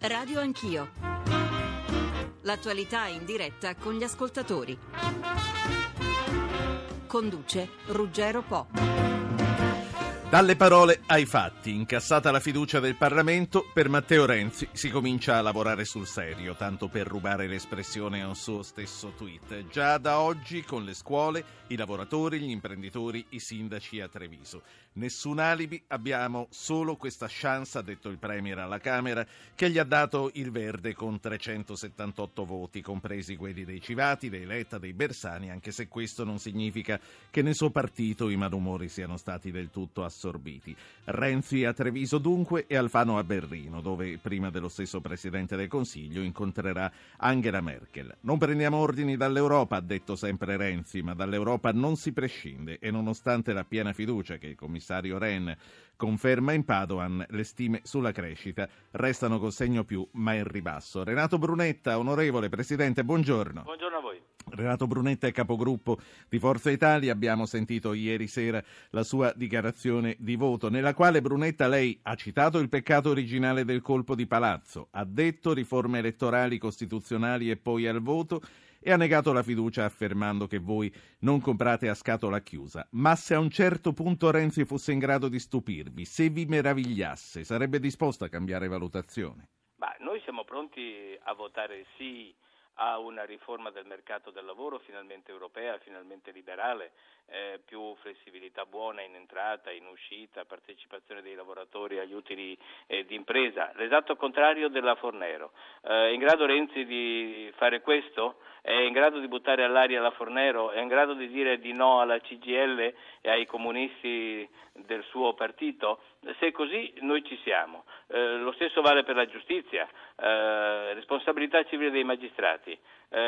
Radio Anch'io. L'attualità in diretta con gli ascoltatori. Conduce Ruggero Po. Dalle parole ai fatti, incassata la fiducia del Parlamento, per Matteo Renzi si comincia a lavorare sul serio, tanto per rubare l'espressione a un suo stesso tweet. Già da oggi con le scuole, i lavoratori, gli imprenditori, i sindaci a Treviso. Nessun alibi, abbiamo solo questa chance, ha detto il Premier alla Camera, che gli ha dato il verde con 378 voti, compresi quelli dei Civati, dei Letta, dei Bersani, anche se questo non significa che nel suo partito i malumori siano stati del tutto assorbiti. Renzi a Treviso dunque e Alfano a Berlino, dove prima dello stesso Presidente del Consiglio incontrerà Angela Merkel. Non prendiamo ordini dall'Europa, ha detto sempre Renzi, ma dall'Europa non si prescinde e nonostante la piena fiducia che il commissario Rehn conferma in Padoan, le stime sulla crescita restano col segno più, ma in ribasso. Renato Brunetta, onorevole Presidente, buongiorno. Buongiorno a voi. Renato Brunetta è capogruppo di Forza Italia, abbiamo sentito ieri sera la sua dichiarazione di voto, nella quale Brunetta lei ha citato il peccato originale del colpo di palazzo, ha detto riforme elettorali costituzionali e poi al voto e ha negato la fiducia affermando che voi non comprate a scatola chiusa. Ma se a un certo punto Renzi fosse in grado di stupirvi, se vi meravigliasse, sarebbe disposto a cambiare valutazione? Noi siamo pronti a votare sì a una riforma del mercato del lavoro finalmente europea, finalmente liberale, più flessibilità buona in entrata, in uscita, partecipazione dei lavoratori agli utili di impresa, l'esatto contrario della Fornero. È in grado Renzi di fare questo? È in grado di buttare all'aria la Fornero? È in grado di dire di no alla CGIL e ai comunisti del suo partito? Se è così noi ci siamo. Lo stesso vale per la giustizia, responsabilità civile dei magistrati,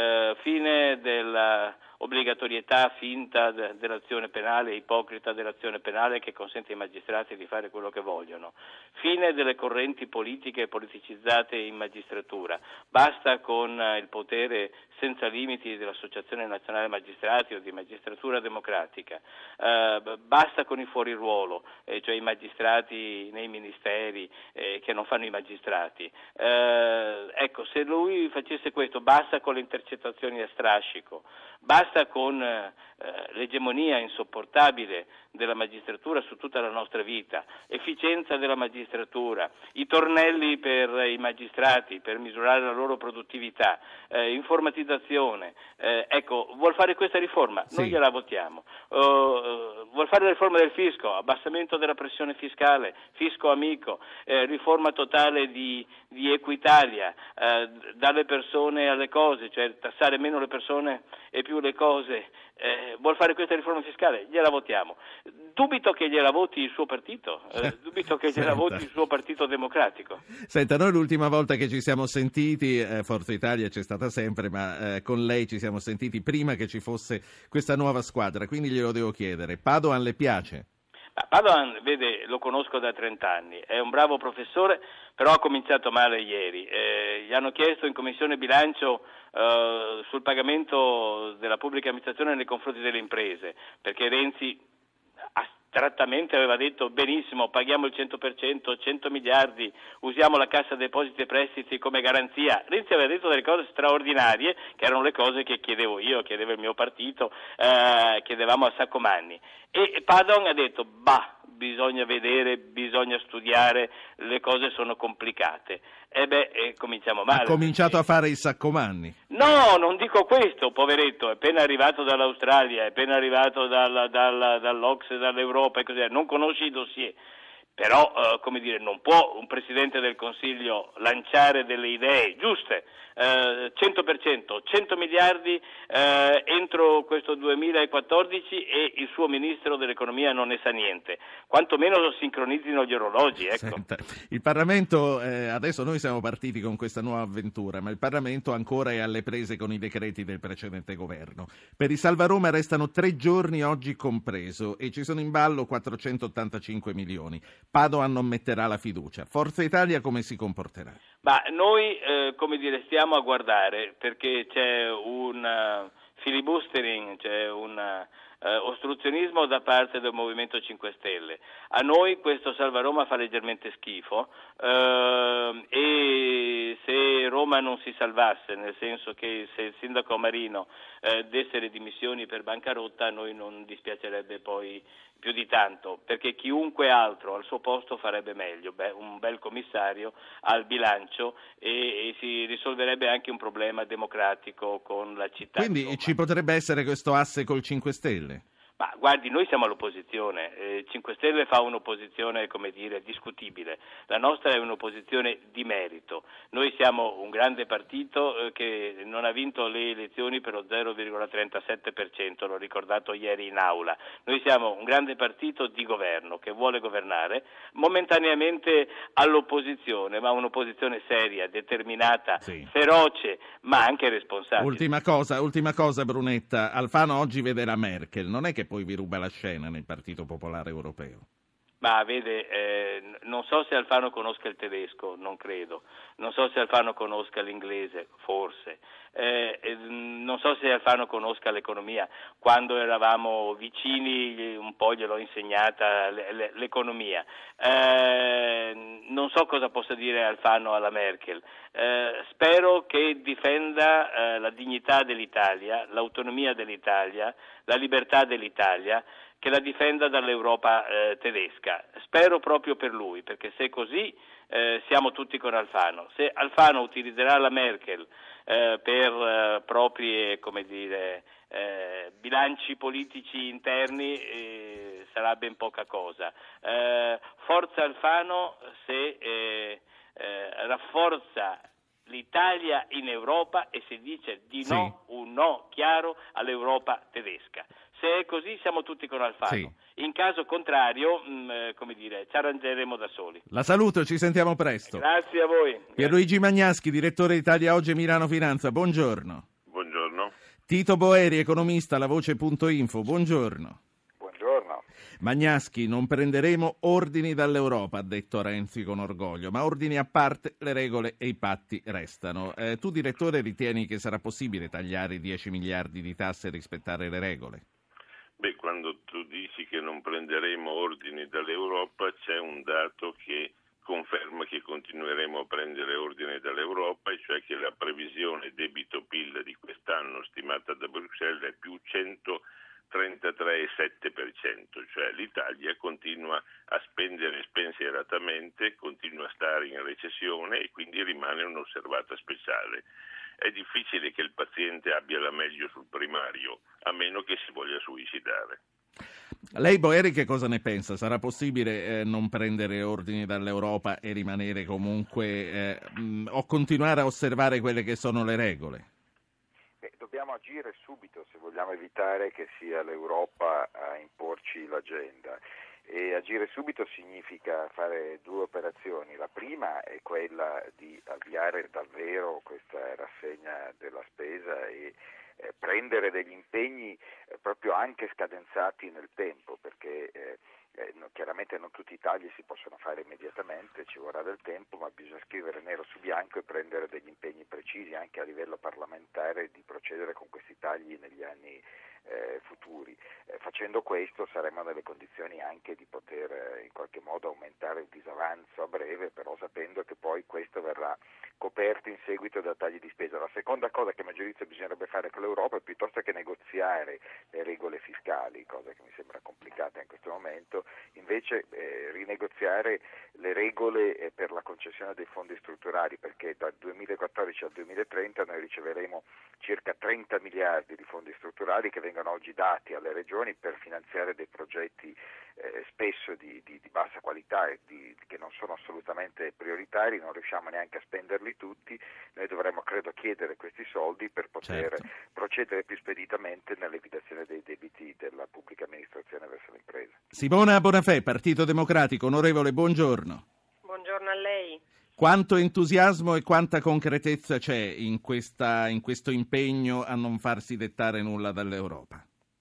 fine della obbligatorietà finta dell'azione penale, ipocrita dell'azione penale che consente ai magistrati di fare quello che vogliono, fine delle correnti politiche politicizzate in magistratura, basta con il potere senza limiti dell'Associazione Nazionale Magistrati o di Magistratura Democratica, basta con i fuori ruolo, cioè i magistrati nei ministeri che non fanno i magistrati. Ecco, se lui facesse questo, basta con le intercettazioni a strascico, basta con l'egemonia insopportabile della magistratura su tutta la nostra vita, efficienza della magistratura, i tornelli per i magistrati per misurare la loro produttività, informatizzazione. Ecco, vuol fare questa riforma? Sì. Noi gliela votiamo. Vuol fare la riforma del fisco, abbassamento della pressione fiscale, fisco amico, riforma totale di Equitalia, dalle persone alle cose, cioè tassare meno le persone e più le cose. Vuol fare questa riforma fiscale? Gliela votiamo. Dubito che gliela voti il suo partito, dubito che gliela voti il suo partito democratico. Senta, noi l'ultima volta che ci siamo sentiti, Forza Italia c'è stata sempre, ma con lei ci siamo sentiti prima che ci fosse questa nuova squadra, quindi glielo devo chiedere. Padoan le piace? Padoan, vede, lo conosco da 30 anni, è un bravo professore, però ha cominciato male ieri. Gli hanno chiesto in Commissione Bilancio sul pagamento della pubblica amministrazione nei confronti delle imprese, perché Renzi astrattamente aveva detto benissimo, paghiamo il 100%, 100 miliardi, usiamo la Cassa Depositi e Prestiti come garanzia. Renzi aveva detto delle cose straordinarie, che erano le cose che chiedevo io, chiedeva il mio partito, chiedevamo a Saccomanni. E Padoan ha detto, bisogna vedere, bisogna studiare, le cose sono complicate. Cominciamo male. Ha cominciato a fare il Saccomanni. No, non dico questo, poveretto, è appena arrivato dall'Australia, è appena arrivato dall'Ocse, dall'Europa e così via, non conosce i dossier. Però, non può un Presidente del Consiglio lanciare delle idee giuste, 100%, 100 miliardi entro questo 2014 e il suo Ministro dell'Economia non ne sa niente. Quantomeno lo sincronizzino gli orologi, ecco. Senta, il Parlamento, adesso noi siamo partiti con questa nuova avventura, ma il Parlamento ancora è alle prese con i decreti del precedente governo. Per il Salva Roma restano 3 giorni, oggi compreso, e ci sono in ballo 485 milioni. Padoan non metterà la fiducia. Forza Italia come si comporterà? Noi, stiamo a guardare, perché c'è un filibustering, c'è un ostruzionismo da parte del Movimento 5 Stelle. A noi questo Salva Roma fa leggermente schifo, e se Roma non si salvasse, nel senso che se il sindaco Marino desse le dimissioni per bancarotta, a noi non dispiacerebbe poi più di tanto, perché chiunque altro al suo posto farebbe meglio, un bel commissario al bilancio, e si risolverebbe anche un problema democratico con la città. Quindi insomma. ci potrebbe essere questo asse col 5 Stelle? Ma guardi, noi siamo all'opposizione, 5 Stelle fa un'opposizione, come dire, discutibile, la nostra è un'opposizione di merito, noi siamo un grande partito che non ha vinto le elezioni per lo 0,37%, l'ho ricordato ieri in aula, noi siamo un grande partito di governo che vuole governare, momentaneamente all'opposizione, ma un'opposizione seria, determinata, Sì. feroce, ma anche responsabile. Ultima cosa Brunetta, Alfano oggi vede la Merkel, non è che poi vi ruba la scena nel Partito Popolare Europeo? Ma vede, non so se Alfano conosca il tedesco, non credo, non so se Alfano conosca l'inglese, forse, non so se Alfano conosca l'economia, quando eravamo vicini un po' gliel'ho insegnata l'economia, non so cosa possa dire Alfano alla Merkel, spero che difenda la dignità dell'Italia, l'autonomia dell'Italia, la libertà dell'Italia, che la difenda dall'Europa tedesca. Spero proprio per lui, perché se è così siamo tutti con Alfano. Se Alfano utilizzerà la Merkel per proprie, come dire, bilanci politici interni, sarà ben poca cosa. Forza Alfano se rafforza l'Italia in Europa e si dice di no, un no chiaro all'Europa tedesca. Se è così siamo tutti con Alfano. Sì. In caso contrario, come dire, ci arrangeremo da soli. La saluto, ci sentiamo presto. Grazie a voi. Pierluigi Magnaschi, direttore di Italia Oggi e Milano Finanza, buongiorno. Buongiorno. Tito Boeri, economista, La Voce.info, buongiorno. Buongiorno. Magnaschi, non prenderemo ordini dall'Europa, ha detto Renzi con orgoglio, ma ordini a parte, le regole e i patti restano. Tu, direttore, ritieni che sarà possibile tagliare i 10 miliardi di tasse e rispettare le regole? Beh, quando tu dici che non prenderemo ordini dall'Europa, c'è un dato che conferma che continueremo a prendere ordini dall'Europa, e cioè che la previsione debito-PIL di quest'anno stimata da Bruxelles è più 133,7%, cioè l'Italia continua a spendere spensieratamente, continua a stare in recessione e quindi rimane un'osservata speciale. È difficile che il paziente abbia la meglio sul primario, a meno che si voglia suicidare. Lei, Boeri, che cosa ne pensa? Sarà possibile non prendere ordini dall'Europa e rimanere comunque o continuare a osservare quelle che sono le regole? Dobbiamo agire subito se vogliamo evitare che sia l'Europa a imporci l'agenda. E agire subito significa fare due operazioni. La prima è quella di avviare davvero questa rassegna della spesa e prendere degli impegni proprio anche scadenzati nel tempo, perché chiaramente non tutti i tagli si possono fare immediatamente, ci vorrà del tempo, ma bisogna scrivere nero su bianco e prendere degli impegni precisi anche a livello parlamentare di procedere con questi tagli negli anni futuri. Facendo questo saremo nelle condizioni anche di poter in qualche modo aumentare il disavanzo a breve, però sapendo che poi questo verrà coperto in seguito da tagli di spesa. La seconda cosa che a mio giudizio bisognerebbe fare con l'Europa è, piuttosto che negoziare le regole fiscali, cosa che mi sembra complicata in questo momento, invece rinegoziare le regole per la concessione dei fondi strutturali, perché dal 2014 al 2030 noi riceveremo circa 30 miliardi di fondi strutturali che vengono oggi dati alle regioni per finanziare dei progetti spesso di bassa qualità e che non sono assolutamente prioritari, non riusciamo neanche a spenderli tutti. Noi dovremmo, credo, chiedere questi soldi per poter procedere più speditamente nell'evitazione dei debiti della pubblica amministrazione verso le imprese. Simona Bonafè, Partito Democratico, onorevole, buongiorno. Buongiorno a lei. Quanto entusiasmo e quanta concretezza c'è in questo impegno a non farsi dettare nulla dall'Europa?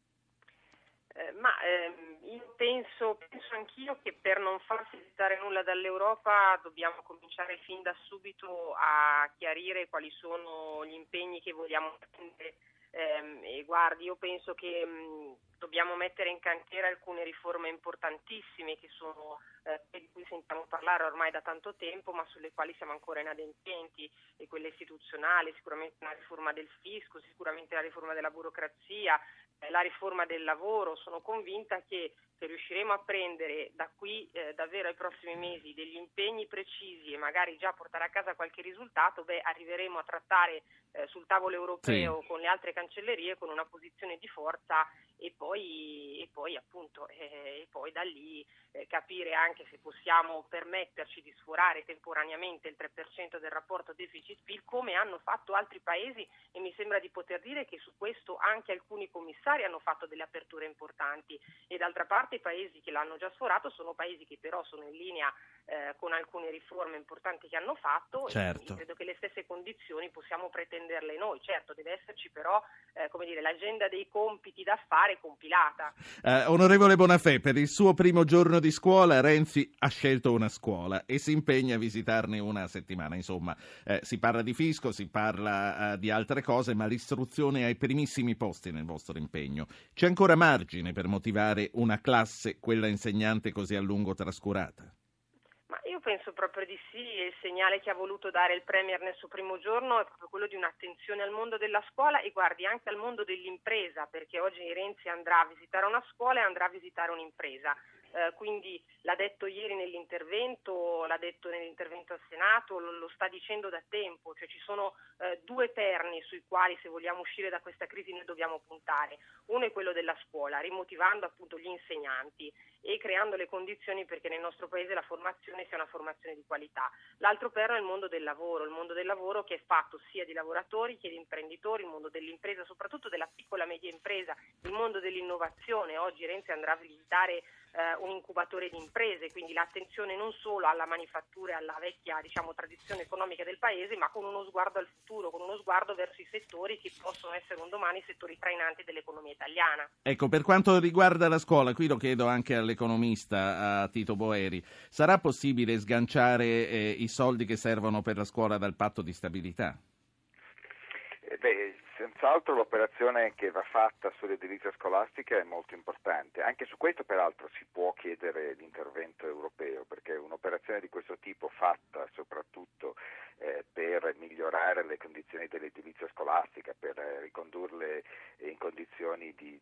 Io penso anch'io che per non farsi dettare nulla dall'Europa dobbiamo cominciare fin da subito a chiarire quali sono gli impegni che vogliamo prendere. E guardi, io penso che dobbiamo mettere in cantiere alcune riforme importantissime che sono di cui sentiamo parlare ormai da tanto tempo, ma sulle quali siamo ancora inadempienti, e quelle istituzionali, sicuramente una riforma del fisco, sicuramente la riforma della burocrazia, la riforma del lavoro. Sono convinta che se riusciremo a prendere da qui davvero ai prossimi mesi degli impegni precisi e magari già portare a casa qualche risultato, arriveremo a trattare sul tavolo europeo con le altre cancellerie con una posizione di forza e poi appunto e poi da lì capire anche se possiamo permetterci di sforare temporaneamente il 3% del rapporto deficit-PIL come hanno fatto altri paesi, e mi sembra di poter dire che su questo anche alcuni commissari hanno fatto delle aperture importanti, e d'altra parte i paesi che l'hanno già sforato sono paesi che però sono in linea con alcune riforme importanti che hanno fatto. Certo. E credo che le stesse condizioni possiamo pretenderle noi. Certo, deve esserci però l'agenda dei compiti da fare compilata. Onorevole Bonafè, per il suo primo giorno di scuola Renzi ha scelto una scuola e si impegna a visitarne una a settimana. Insomma, si parla di fisco, si parla di altre cose, ma l'istruzione è ai primissimi posti nel vostro impegno. C'è ancora margine per motivare una classe, quella insegnante così a lungo trascurata? Io penso proprio di sì, e il segnale che ha voluto dare il Premier nel suo primo giorno è proprio quello di un'attenzione al mondo della scuola e guardi anche al mondo dell'impresa, perché oggi Renzi andrà a visitare una scuola e andrà a visitare un'impresa. Quindi l'ha detto ieri nell'intervento, l'ha detto nell'intervento al Senato, lo sta dicendo da tempo, cioè ci sono due perni sui quali, se vogliamo uscire da questa crisi, noi dobbiamo puntare. Uno è quello della scuola, rimotivando appunto gli insegnanti e creando le condizioni perché nel nostro paese la formazione sia una formazione di qualità. L'altro perno è il mondo del lavoro che è fatto sia di lavoratori che di imprenditori, il mondo dell'impresa, soprattutto della piccola e media impresa, il mondo dell'innovazione. Oggi Renzi andrà a visitare un incubatore di imprese, quindi l'attenzione non solo alla manifattura e alla vecchia tradizione economica del paese, ma con uno sguardo al futuro, con uno sguardo verso i settori che possono essere un domani settori trainanti dell'economia italiana. Ecco, per quanto riguarda la scuola, qui lo chiedo anche all'economista, a Tito Boeri, sarà possibile sganciare i soldi che servono per la scuola dal patto di stabilità? Senz'altro l'operazione che va fatta sull'edilizia scolastica è molto importante. Anche su questo peraltro si può chiedere l'intervento europeo, perché un'operazione di questo tipo fatta soprattutto per migliorare le condizioni dell'edilizia scolastica, per ricondurle in condizioni di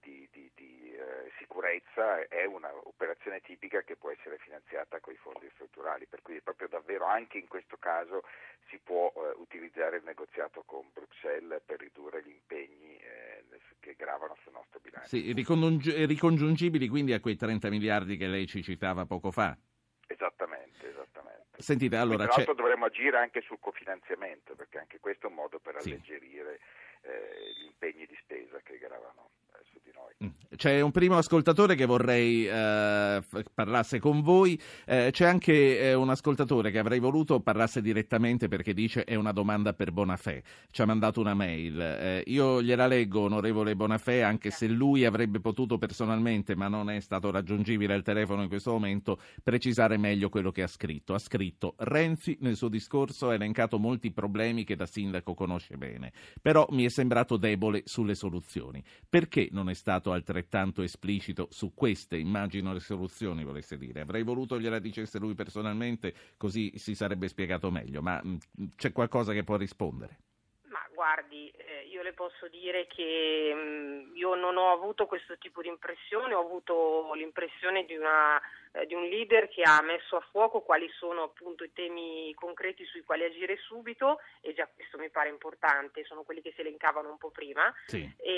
sicurezza, è un'operazione tipica che può essere finanziata con i fondi strutturali, per cui proprio davvero anche in questo caso si può utilizzare il negoziato con Bruxelles per ridurre gli impegni che gravano sul nostro bilancio. Sì, ricongiungibili quindi a quei 30 miliardi che lei ci citava poco fa. Esattamente. Sentite, allora tra l'altro dovremmo agire anche sul cofinanziamento, perché anche questo è un modo per Sì. alleggerire gli impegni di spesa che gravano su di noi. C'è un primo ascoltatore che vorrei parlasse con voi, c'è anche un ascoltatore che avrei voluto parlasse direttamente perché dice è una domanda per Bonafè, ci ha mandato una mail, io gliela leggo, onorevole Bonafè, anche se lui avrebbe potuto personalmente, ma non è stato raggiungibile al telefono in questo momento, precisare meglio quello che ha scritto. Ha scritto: Renzi nel suo discorso ha elencato molti problemi che da sindaco conosce bene, però mi è sembrato debole sulle soluzioni. Perché non è stato altrettanto esplicito su queste, immagino, le soluzioni, volesse dire? Avrei voluto gliela dicesse lui personalmente, così si sarebbe spiegato meglio, ma c'è qualcosa che può rispondere? Ma guardi, io le posso dire che io non ho avuto questo tipo di impressione, ho avuto l'impressione di un leader che ha messo a fuoco quali sono appunto i temi concreti sui quali agire subito, e già questo mi pare importante, sono quelli che si elencavano un po' prima. Sì.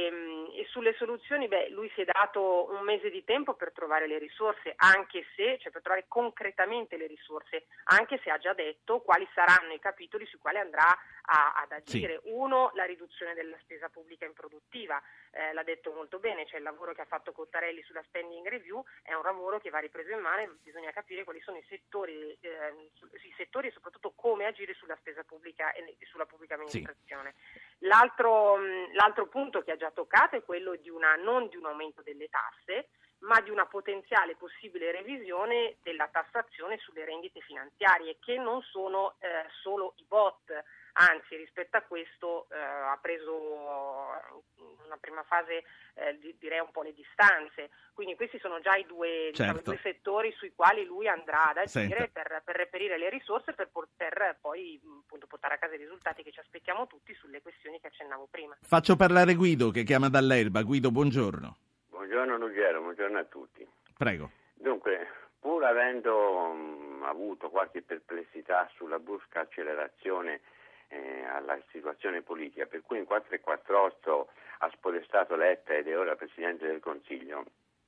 E sulle soluzioni, lui si è dato un mese di tempo per trovare le risorse, per trovare concretamente le risorse, anche se ha già detto quali saranno i capitoli sui quali andrà ad agire. Sì. Uno, la riduzione della spesa pubblica improduttiva, l'ha detto molto bene, cioè il lavoro che ha fatto Cottarelli sulla spending review è un lavoro che va ripreso in mano, bisogna capire quali sono i settori e soprattutto come agire sulla spesa pubblica e sulla pubblica amministrazione. Sì. L'altro punto che ha già toccato è quello non di un aumento delle tasse, ma di una potenziale possibile revisione della tassazione sulle rendite finanziarie, che non sono solo i bot. Anzi, rispetto a questo ha preso prima fase direi un po' le distanze, quindi questi sono già i due, diciamo, i due settori sui quali lui andrà ad agire per reperire le risorse per poter poi appunto portare a casa i risultati che ci aspettiamo tutti sulle questioni che accennavo prima. Faccio parlare Guido che chiama dall'Elba. Guido, buongiorno. Buongiorno Ruggero, buongiorno a tutti. Prego. Dunque, pur avendo avuto qualche perplessità sulla brusca accelerazione alla situazione politica, per cui in 448 ha spodestato Letta ed è ora Presidente del Consiglio,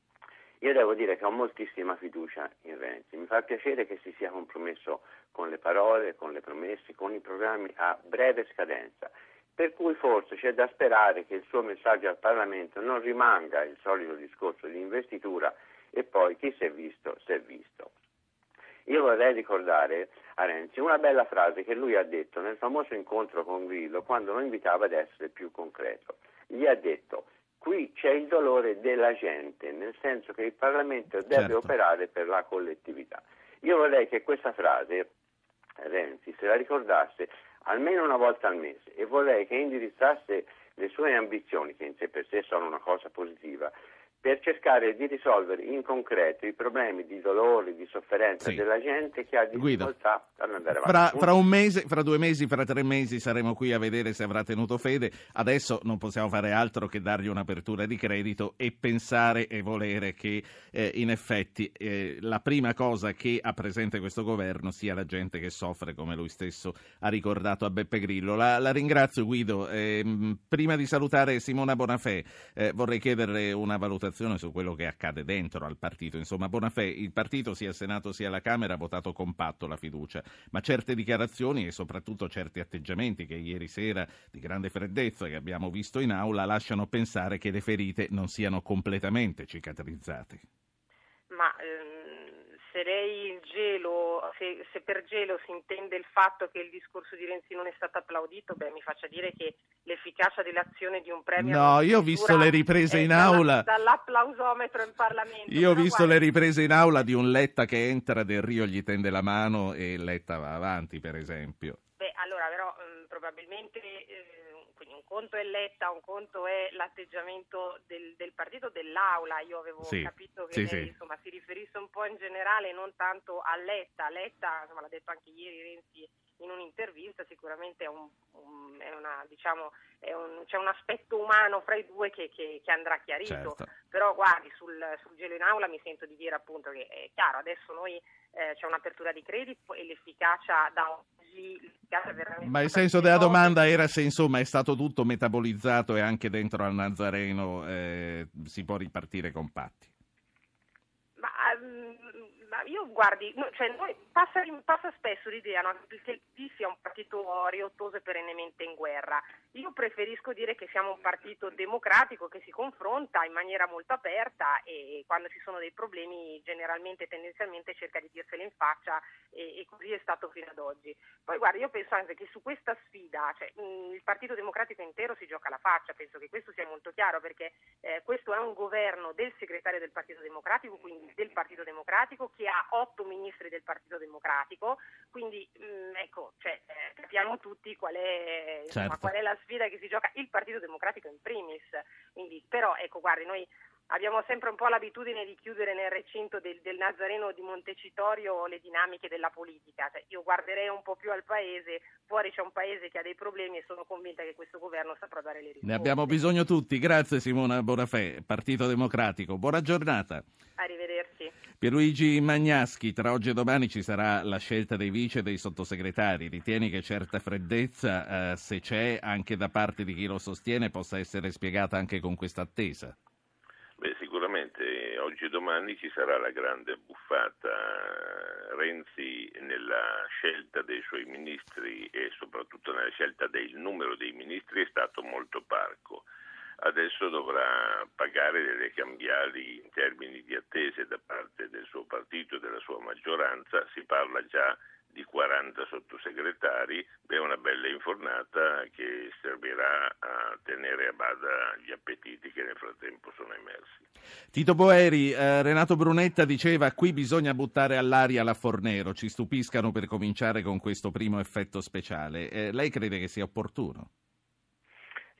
io devo dire che ho moltissima fiducia in Renzi. Mi fa piacere che si sia compromesso con le parole, con le promesse, con i programmi a breve scadenza, per cui forse c'è da sperare che il suo messaggio al Parlamento non rimanga il solito discorso di investitura e poi chi si è visto, si è visto. Io vorrei ricordare a Renzi una bella frase che lui ha detto nel famoso incontro con Grillo quando lo invitava ad essere più concreto. Gli ha detto: qui c'è il dolore della gente, nel senso che il Parlamento deve operare per la collettività. Io vorrei che questa frase Renzi se la ricordasse almeno una volta al mese e vorrei che indirizzasse le sue ambizioni, che in sé per sé sono una cosa positiva, per cercare di risolvere in concreto i problemi di dolore, di sofferenza della gente che ha difficoltà ad andare avanti. Fra un mese, fra 2 mesi, fra 3 mesi saremo qui a vedere se avrà tenuto fede. Adesso non possiamo fare altro che dargli un'apertura di credito e pensare e volere che in effetti la prima cosa che ha presente questo governo sia la gente che soffre, come lui stesso ha ricordato a Beppe Grillo. La ringrazio, Guido. Prima di salutare Simona Bonafè vorrei chiederle una valutazione su quello che accade dentro al partito. Insomma, Bonafè, il partito sia al Senato sia alla Camera ha votato compatto la fiducia, ma certe dichiarazioni e soprattutto certi atteggiamenti che ieri sera di grande freddezza che abbiamo visto in aula lasciano pensare che le ferite non siano completamente cicatrizzate. Ma se lei il gelo, se per gelo si intende il fatto che il discorso di Renzi non è stato applaudito, mi faccia dire che l'efficacia dell'azione di un premier... No, io ho visto le riprese in aula... Dall'applausometro in Parlamento. Io ho visto le riprese in aula di un Letta che entra, Del Rio gli tende la mano e Letta va avanti, per esempio. Allora però probabilmente... Quindi un conto è Letta, un conto è l'atteggiamento del partito, dell'aula. Io avevo capito che lei insomma si riferisse un po' in generale, non tanto a Letta. Letta, insomma, l'ha detto anche ieri Renzi in un'intervista, sicuramente c'è un aspetto umano fra i due che andrà chiarito. Però guardi, sul gelo in aula mi sento di dire appunto che è chiaro, adesso noi c'è un'apertura di credito e l'efficacia da oggi veramente... Ma il senso della domanda era se insomma è stato tutto metabolizzato e anche dentro al Nazareno si può ripartire compatti. Ma io guardi, noi passa spesso l'idea, no, che il PD sia un partito riottoso e perennemente in guerra. Io preferisco dire che siamo un partito democratico che si confronta in maniera molto aperta e quando ci sono dei problemi generalmente, tendenzialmente cerca di dirseli in faccia e così è stato fino ad oggi. Poi guarda, io penso anche che su questa sfida il Partito Democratico intero si gioca la faccia, penso che questo sia molto chiaro perché questo è un governo del segretario del Partito Democratico, quindi del Partito Democratico, che ha 8 ministri del Partito Democratico, quindi capiamo tutti qual è la sfida che si gioca il Partito Democratico in primis. Quindi, però guardi, noi abbiamo sempre un po' l'abitudine di chiudere nel recinto del Nazareno di Montecitorio le dinamiche della politica. Io guarderei un po' più al paese, fuori c'è un paese che ha dei problemi e sono convinta che questo governo saprà dare le risposte. Ne abbiamo bisogno tutti. Grazie Simona Bonafè, Partito Democratico. Buona giornata. Arrivederci. Pierluigi Magnaschi, tra oggi e domani ci sarà la scelta dei vice e dei sottosegretari. Ritieni che certa freddezza, se c'è anche da parte di chi lo sostiene, possa essere spiegata anche con questa attesa? Sicuramente oggi e domani ci sarà la grande buffata. Renzi nella scelta dei suoi ministri e soprattutto nella scelta del numero dei ministri è stato molto parco. Adesso dovrà pagare delle cambiali in termini di attese da parte del suo partito e della sua maggioranza. Si parla già di 40 sottosegretari, è una bella infornata che servirà a tenere a bada gli appetiti che nel frattempo sono emersi. Tito Boeri, Renato Brunetta diceva: qui bisogna buttare all'aria la Fornero, ci stupiscano per cominciare con questo primo effetto speciale. Lei crede che sia opportuno?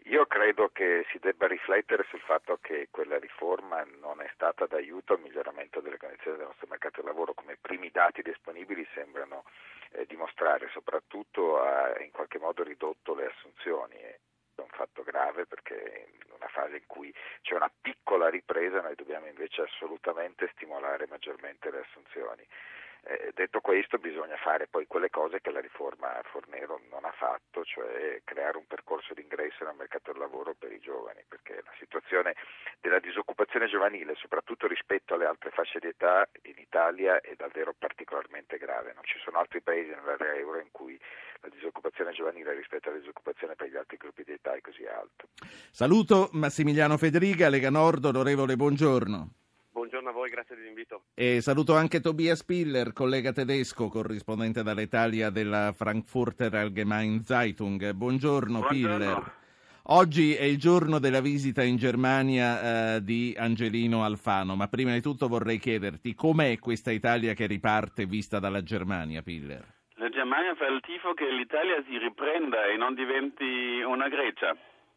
Io credo che si debba riflettere sul fatto che quella riforma non è stata d'aiuto al miglioramento delle condizioni del nostro mercato del lavoro, come i primi dati disponibili sembrano dimostrare, soprattutto ha in qualche modo ridotto le assunzioni. È un fatto grave perché in una fase in cui c'è una piccola ripresa noi dobbiamo invece assolutamente stimolare maggiormente le assunzioni. Detto questo, bisogna fare poi quelle cose che la riforma Fornero non ha fatto, cioè creare un percorso di ingresso nel mercato del lavoro per i giovani, perché la situazione della disoccupazione giovanile, soprattutto rispetto alle altre fasce di età, in Italia è davvero particolarmente grave. Non ci sono altri paesi nell'area euro in cui la disoccupazione giovanile rispetto alla disoccupazione per gli altri gruppi di età è così alta. Saluto Massimiliano Federica, Lega Nord, onorevole, buongiorno. Buongiorno a voi, grazie dell'invito. E saluto anche Tobias Piller, collega tedesco, corrispondente dall'Italia della Frankfurter Allgemeine Zeitung. Buongiorno. Piller. Oggi è il giorno della visita in Germania di Angelino Alfano, ma prima di tutto vorrei chiederti com'è questa Italia che riparte vista dalla Germania, Piller? La Germania fa il tifo che l'Italia si riprenda e non diventi una Grecia.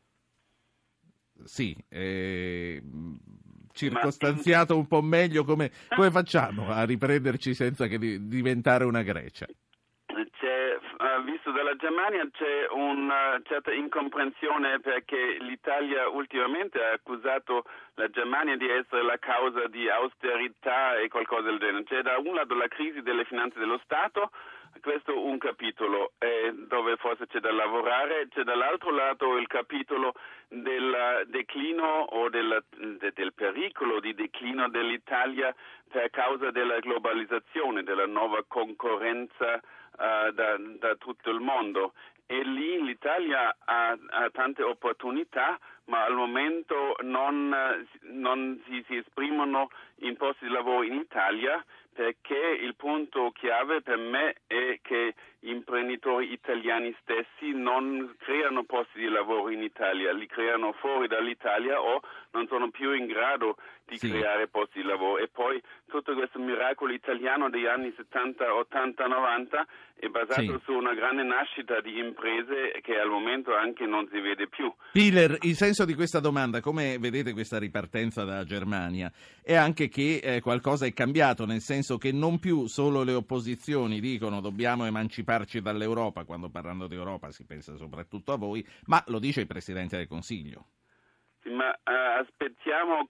Sì, circostanziato un po' meglio, come facciamo a riprenderci senza che diventare una Grecia? Visto dalla Germania c'è una certa incomprensione perché l'Italia ultimamente ha accusato la Germania di essere la causa di austerità e qualcosa del genere. C'è da un lato la crisi delle finanze dello Stato, questo è un capitolo dove forse c'è da lavorare, c'è dall'altro lato il capitolo del declino o del pericolo di declino dell'Italia per causa della globalizzazione, della nuova concorrenza da tutto il mondo. E lì l'Italia ha tante opportunità, ma al momento non si esprimono in posti di lavoro in Italia, perché il punto chiave per me è che imprenditori italiani stessi non creano posti di lavoro in Italia, li creano fuori dall'Italia o non sono più in grado di creare posti di lavoro. E poi tutto questo miracolo italiano degli anni 70, 80, 90 è basato su una grande nascita di imprese che al momento anche non si vede più. Piller, il senso di questa domanda, come vedete questa ripartenza dalla Germania, è anche che qualcosa è cambiato, nel senso che non più solo le opposizioni dicono dobbiamo emanciparci dall'Europa, quando parlando di Europa si pensa soprattutto a voi, ma lo dice il Presidente del Consiglio. Sì, ma aspettiamo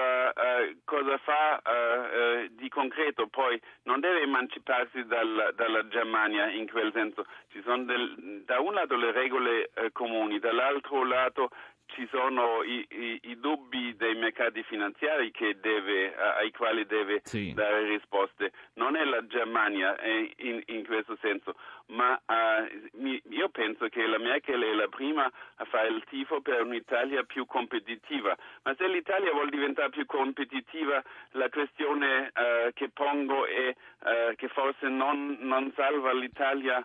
cosa fa di concreto. Poi non deve emanciparsi dalla Germania in quel senso. Ci sono da un lato le regole comuni, dall'altro lato ci sono i dubbi dei mercati finanziari ai quali deve dare risposte. Non è la Germania in questo senso, ma io penso che la Merkel è la prima a fare il tifo per un'Italia più competitiva. Ma se l'Italia vuole diventare più competitiva, la questione che pongo è che forse non salva l'Italia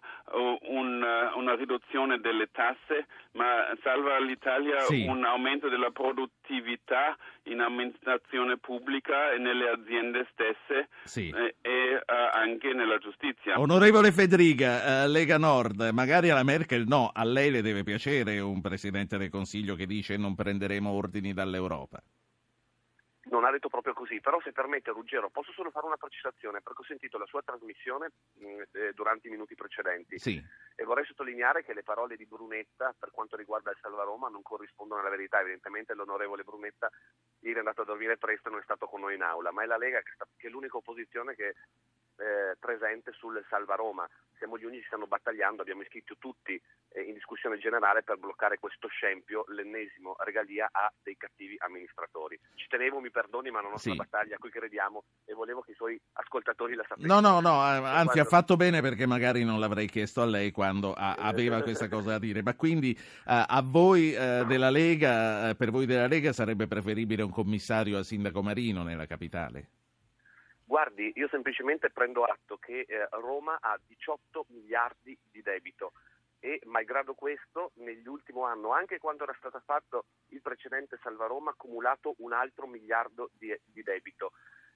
una riduzione delle tasse, ma salva l'Italia un aumento della produttività in amministrazione pubblica e nelle aziende stesse e anche nella giustizia. Onorevole Federica, Lega Nord, magari alla Merkel no, a lei le deve piacere un Presidente del Consiglio che dice non prenderemo ordini dall'Europa. Non ha detto proprio così, però se permette Ruggero posso solo fare una precisazione perché ho sentito la sua trasmissione durante i minuti precedenti e vorrei sottolineare che le parole di Brunetta per quanto riguarda il Salva Roma non corrispondono alla verità. Evidentemente l'onorevole Brunetta ieri è andato a dormire presto e non è stato con noi in aula, ma è la Lega che è l'unica opposizione che presente sul Salva Roma. Siamo gli unici che stanno battagliando, abbiamo iscritto tutti in discussione generale per bloccare questo scempio, l'ennesimo regalia a dei cattivi amministratori. Ci tenevo, mi perdoni, ma è una nostra battaglia a cui crediamo e volevo che i suoi ascoltatori la sapessero. No, anzi ha fatto bene perché magari non l'avrei chiesto a lei quando aveva questa cosa da dire, ma quindi a voi della Lega, per voi della Lega sarebbe preferibile un commissario al sindaco Marino nella capitale? Guardi, io semplicemente prendo atto che Roma ha 18 miliardi di debito e malgrado questo nell'ultimo anno, anche quando era stato fatto il precedente Salva Roma, ha accumulato un altro miliardo di debito.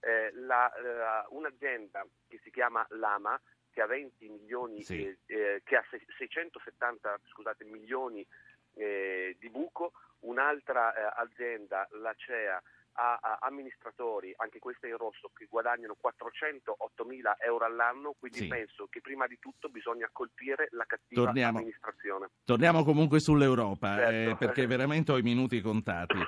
Un'azienda che si chiama Lama, che ha 20 milioni, che ha 670 milioni di buco, un'altra azienda, l'Acea, ha amministratori, anche questa in rosso, che guadagnano 408.000 euro all'anno, quindi penso che prima di tutto bisogna colpire la cattiva amministrazione. Torniamo comunque sull'Europa, certo. Perché veramente ho i minuti contati.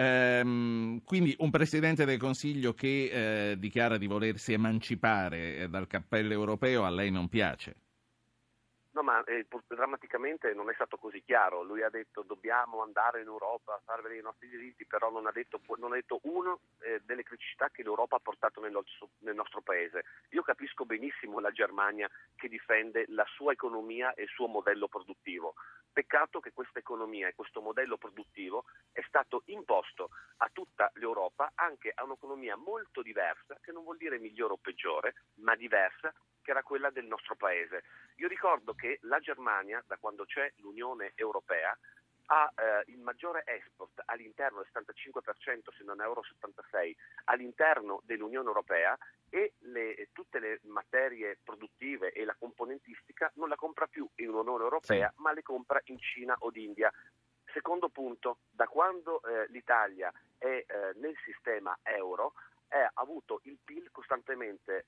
Quindi un Presidente del Consiglio che dichiara di volersi emancipare dal cappello europeo a lei non piace? No, ma drammaticamente non è stato così chiaro. Lui ha detto dobbiamo andare in Europa a far vedere i nostri diritti, però non ha detto uno delle criticità che l'Europa ha portato nel nostro paese. Io capisco benissimo la Germania che difende la sua economia e il suo modello produttivo. Peccato che questa economia e questo modello produttivo è stato imposto a tutta l'Europa, anche a un'economia molto diversa, che non vuol dire migliore o peggiore, ma diversa, che era quella del nostro paese. Io ricordo che la Germania, da quando c'è l'Unione Europea, ha il maggiore export all'interno, il 75% se non euro 76, all'interno dell'Unione Europea, e tutte le materie produttive e la componentistica non la compra più in Unione Europea, ma le compra in Cina o d'India. Secondo punto, da quando l'Italia è nel sistema euro, ha avuto il PIL costantemente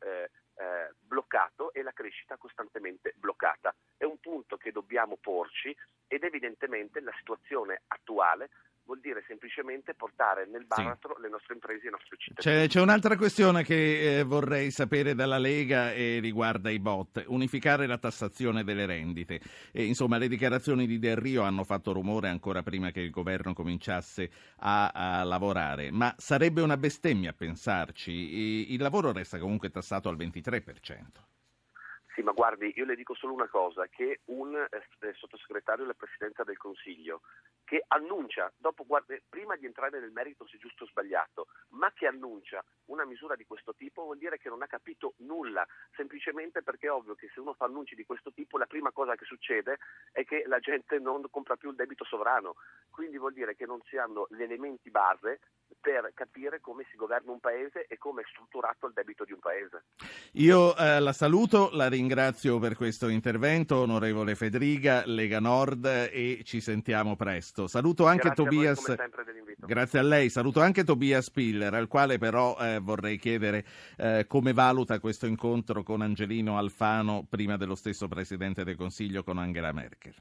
bloccato e la crescita costantemente bloccata. È un punto che dobbiamo porci, ed evidentemente la situazione attuale vuol dire semplicemente portare nel baratro le nostre imprese e i nostri cittadini. C'è un'altra questione che vorrei sapere dalla Lega e riguarda i bot: unificare la tassazione delle rendite. Insomma, le dichiarazioni di Del Rio hanno fatto rumore ancora prima che il governo cominciasse a lavorare, ma sarebbe una bestemmia pensarci. Il lavoro resta comunque tassato al 23%. Sì, ma guardi, io le dico solo una cosa, che un sottosegretario della Presidenza del Consiglio che annuncia, prima di entrare nel merito se giusto o sbagliato, ma che annuncia una misura di questo tipo, vuol dire che non ha capito nulla, semplicemente perché è ovvio che se uno fa annunci di questo tipo la prima cosa che succede è che la gente non compra più il debito sovrano, quindi vuol dire che non si hanno gli elementi base per capire come si governa un paese e come è strutturato il debito di un paese. Io la saluto, la ringrazio per questo intervento, onorevole Fedriga, Lega Nord, e ci sentiamo presto. Saluto anche grazie Tobias. A voi, come sempre, dell'invito. Grazie a lei, saluto anche Tobias Piller, al quale però vorrei chiedere come valuta questo incontro con Angelino Alfano prima dello stesso Presidente del Consiglio con Angela Merkel.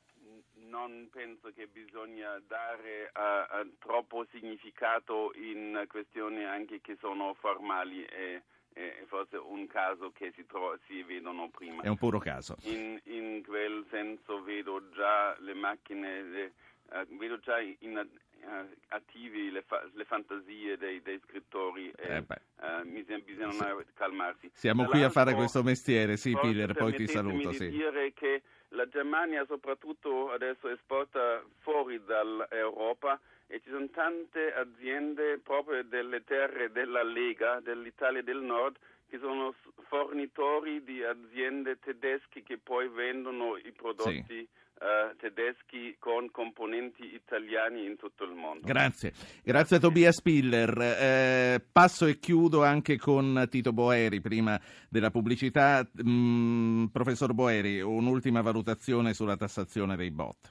Non penso che bisogna dare troppo significato in questioni anche che sono formali e forse un caso che si vedono prima. È un puro caso. In quel senso vedo già le macchine, vedo già attivi le fantasie dei scrittori. Bisogna calmarsi. Siamo qui a fare questo mestiere, sì, Piller, poi ti saluto. Sì. Dire che la Germania soprattutto adesso esporta fuori dall'Europa e ci sono tante aziende proprio delle terre della Lega, dell'Italia del Nord, che sono fornitori di aziende tedesche che poi vendono i prodotti tedeschi con componenti italiani in tutto il mondo. Grazie a Tobias Piller. Passo e chiudo anche con Tito Boeri prima della pubblicità. Professor Boeri, un'ultima valutazione sulla tassazione dei bot.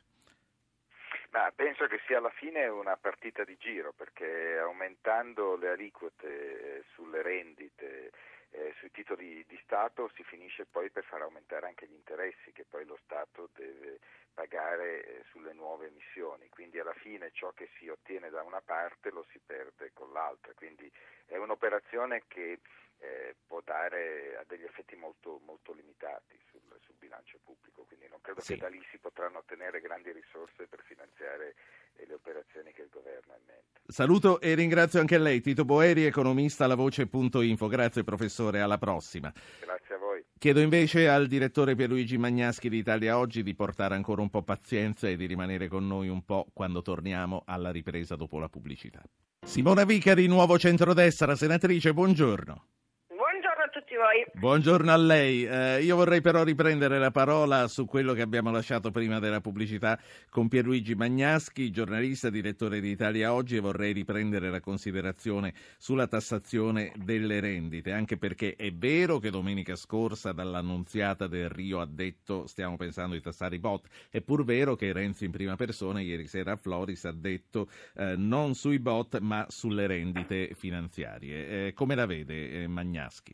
Ma penso che sia alla fine una partita di giro, perché aumentando le aliquote sulle rendite, sui titoli di Stato, si finisce poi per far aumentare anche gli interessi che poi lo Stato deve pagare sulle nuove emissioni, quindi alla fine ciò che si ottiene da una parte lo si perde con l'altra, quindi è un'operazione che può dare degli effetti molto, molto limitati sul bilancio pubblico, quindi non credo che da lì si potranno ottenere grandi risorse per finanziare le operazioni che il governo ha in mente. Saluto e ringrazio anche lei, Tito Boeri, economista alla Voce.info. Grazie professore, alla prossima. Grazie a voi. Chiedo invece al direttore Pierluigi Magnaschi di Italia Oggi di portare ancora un po' pazienza e di rimanere con noi un po' quando torniamo alla ripresa dopo la pubblicità. Simona Vicari, Nuovo Centrodestra, senatrice, buongiorno. Buongiorno a tutti voi. Buongiorno a lei. Io vorrei però riprendere la parola su quello che abbiamo lasciato prima della pubblicità con Pierluigi Magnaschi, giornalista, direttore di Italia Oggi, e vorrei riprendere la considerazione sulla tassazione delle rendite, anche perché è vero che domenica scorsa dall'annunziata del Rio ha detto stiamo pensando di tassare i bot, è pur vero che Renzi in prima persona ieri sera a Floris ha detto non sui bot ma sulle rendite finanziarie. Come la vede Magnaschi?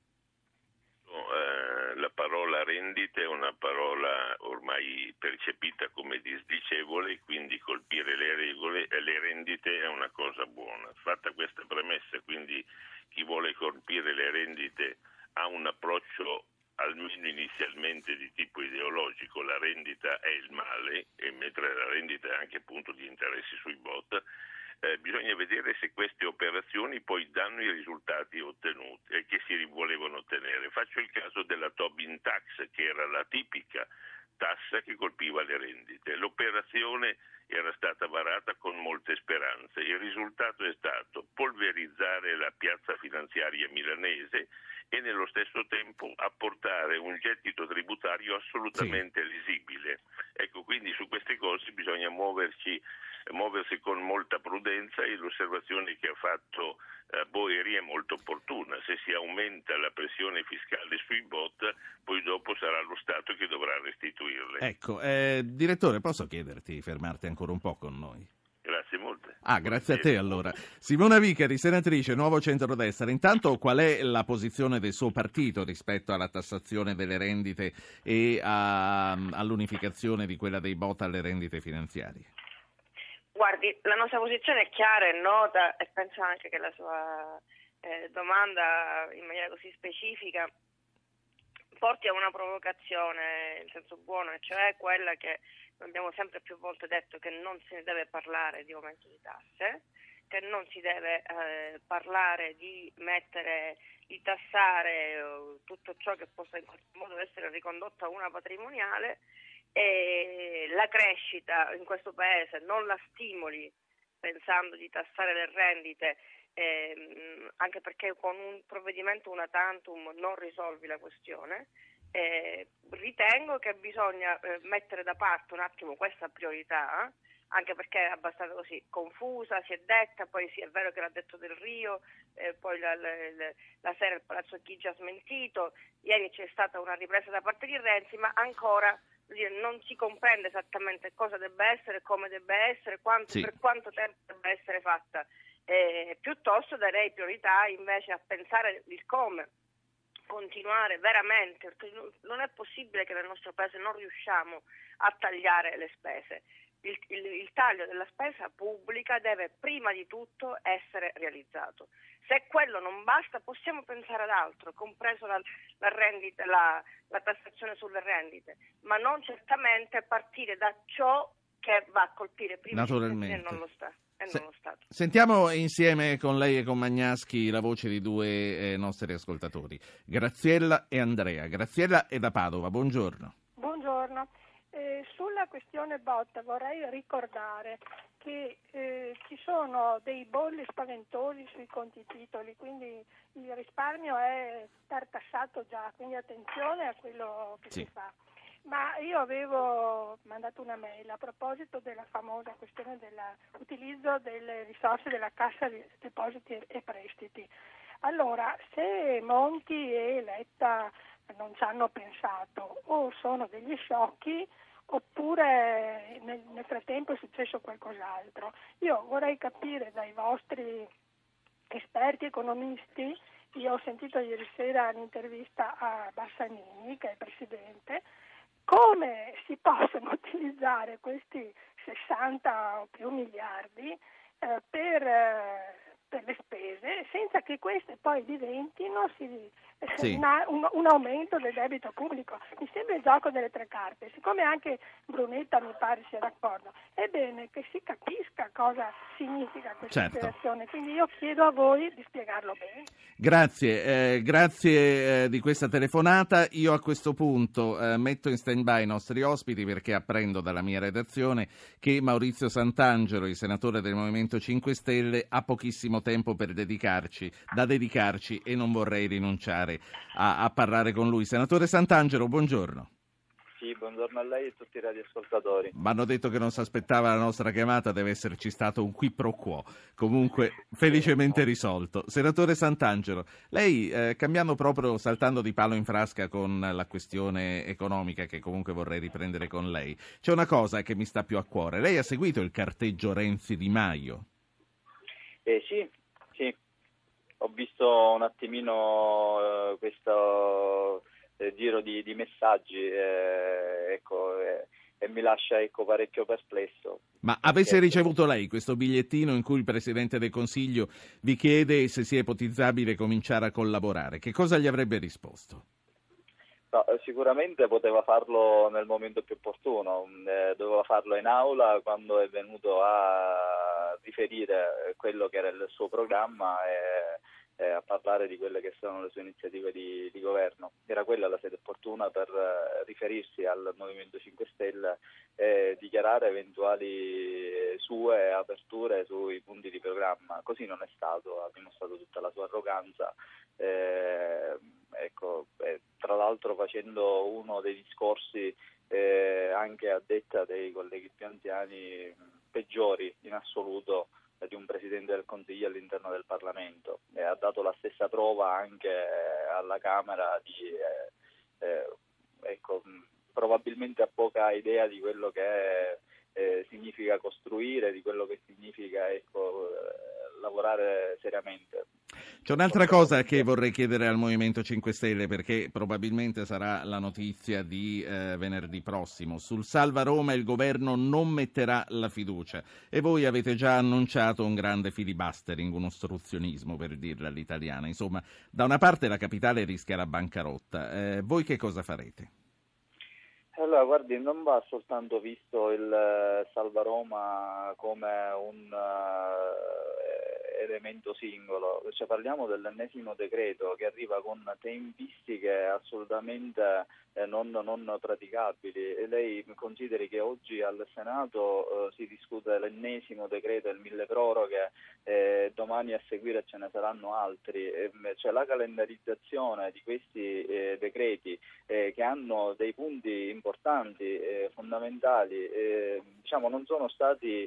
La parola rendite è una parola ormai percepita come disdicevole, quindi colpire le regole e le rendite è una cosa buona. Fatta questa premessa, quindi chi vuole colpire le rendite ha un approccio almeno inizialmente di tipo ideologico. La rendita è il male, e mentre la rendita è anche punto di interessi sui bot, bisogna vedere se queste operazioni poi danno i risultati ottenuti e che si volevano ottenere. Faccio il caso della Tobin Tax, che era la tipica tassa che colpiva le rendite. L'operazione era stata varata con molte speranze. Il risultato è stato polverizzare la piazza finanziaria milanese e nello stesso tempo apportare un gettito tributario assolutamente risibile. Ecco, quindi su queste cose bisogna muoversi con molta prudenza, e l'osservazione che ha fatto Boeri è molto opportuna. Se si aumenta la pressione fiscale sui bot, poi dopo sarà lo Stato che dovrà restituirle. Ecco, direttore, posso chiederti di fermarti ancora un po' con noi? Grazie molte. Grazie a te allora. Simona Vicari, senatrice, Nuovo Centrodestra. Intanto qual è la posizione del suo partito rispetto alla tassazione delle rendite e all'unificazione di quella dei bot alle rendite finanziarie? Guardi, la nostra posizione è chiara e nota, e penso anche che la sua domanda in maniera così specifica porti a una provocazione in senso buono, e cioè quella che abbiamo sempre più volte detto, che non si deve parlare di aumento di tasse, che non si deve parlare di tassare tutto ciò che possa in qualche modo essere ricondotto a una patrimoniale. E la crescita in questo paese non la stimoli pensando di tassare le rendite, anche perché con un provvedimento una tantum non risolvi la questione. Ritengo che bisogna mettere da parte un attimo questa priorità, anche perché è abbastanza così confusa, si è detta, poi sì, è vero che l'ha detto Del Rio, poi la sera il Palazzo Chigi ha smentito, ieri c'è stata una ripresa da parte di Renzi, ma ancora non si comprende esattamente cosa debba essere, come debba essere, per quanto tempo debba essere fatta. Piuttosto darei priorità invece a pensare il come continuare veramente, perché non è possibile che nel nostro paese non riusciamo a tagliare le spese. Il taglio della spesa pubblica deve prima di tutto essere realizzato. Se quello non basta, possiamo pensare ad altro, compreso la rendita, la tassazione sulle rendite, ma non certamente partire da ciò che va a colpire prima naturalmente e non lo Stato. Sentiamo insieme con lei e con Magnaschi la voce di due nostri ascoltatori, Graziella e Andrea. Graziella è da Padova, buongiorno. Buongiorno. Sulla questione bot vorrei ricordare che ci sono dei bolli spaventosi sui conti titoli, quindi il risparmio è tartassato già, quindi attenzione a quello che si fa. Ma io avevo mandato una mail a proposito della famosa questione dell'utilizzo delle risorse della Cassa di Depositi e Prestiti. Allora, se Monti e Letta non ci hanno pensato, o sono degli sciocchi, oppure nel frattempo è successo qualcos'altro. Io vorrei capire dai vostri esperti economisti, io ho sentito ieri sera un'intervista a Bassanini, che è il presidente, come si possono utilizzare questi 60 o più miliardi per le spese, senza che queste poi diventino un aumento del debito pubblico. Mi sembra il gioco delle tre carte. Siccome anche Brunetta mi pare sia d'accordo, è bene che si capisca cosa significa questa operazione. Quindi io chiedo a voi di spiegarlo bene. Grazie di questa telefonata. Io a questo punto metto in stand-by i nostri ospiti, perché apprendo dalla mia redazione che Maurizio Santangelo, il senatore del Movimento 5 Stelle, ha pochissimo tempo per da dedicarci e non vorrei rinunciare a parlare con lui. Senatore Santangelo, buongiorno. Sì, buongiorno a lei e a tutti i radioascoltatori. Mi hanno detto che non si aspettava la nostra chiamata, deve esserci stato un qui pro quo, comunque felicemente risolto. Senatore Santangelo, lei cambiando proprio, saltando di palo in frasca con la questione economica che comunque vorrei riprendere con lei, c'è una cosa che mi sta più a cuore. Lei ha seguito il carteggio Renzi-Di Maio? Sì, ho visto un attimino questo giro di messaggi e mi lascia parecchio perplesso. Ma avesse ricevuto lei questo bigliettino in cui il Presidente del Consiglio vi chiede se sia ipotizzabile cominciare a collaborare, che cosa gli avrebbe risposto? No, sicuramente poteva farlo nel momento più opportuno, doveva farlo in aula quando è venuto a riferire quello che era il suo programma e a parlare di quelle che sono le sue iniziative di governo. Era quella la sede opportuna per riferirsi al Movimento 5 Stelle e dichiarare eventuali sue aperture sui punti di programma. Così non è stato, ha dimostrato tutta la sua arroganza. Tra l'altro facendo uno dei discorsi anche a detta dei colleghi più anziani peggiori in assoluto di un Presidente del Consiglio all'interno del Parlamento, e ha dato la stessa prova anche alla Camera probabilmente ha poca idea di quello che significa costruire, di quello che significa lavorare seriamente. C'è un'altra cosa che vorrei chiedere al Movimento 5 Stelle, perché probabilmente sarà la notizia di venerdì prossimo. Sul Salva Roma il governo non metterà la fiducia e voi avete già annunciato un grande filibustering, un ostruzionismo per dirla all'italiana. Insomma, da una parte la capitale rischia la bancarotta. Voi che cosa farete? Allora, guardi, non va soltanto visto il Salva Roma come un elemento singolo, cioè parliamo dell'ennesimo decreto che arriva con tempistiche assolutamente non praticabili, e lei consideri che oggi al Senato si discute l'ennesimo decreto, il milleproroghe, domani a seguire ce ne saranno altri, cioè la calendarizzazione di questi decreti che hanno dei punti importanti, fondamentali, non sono stati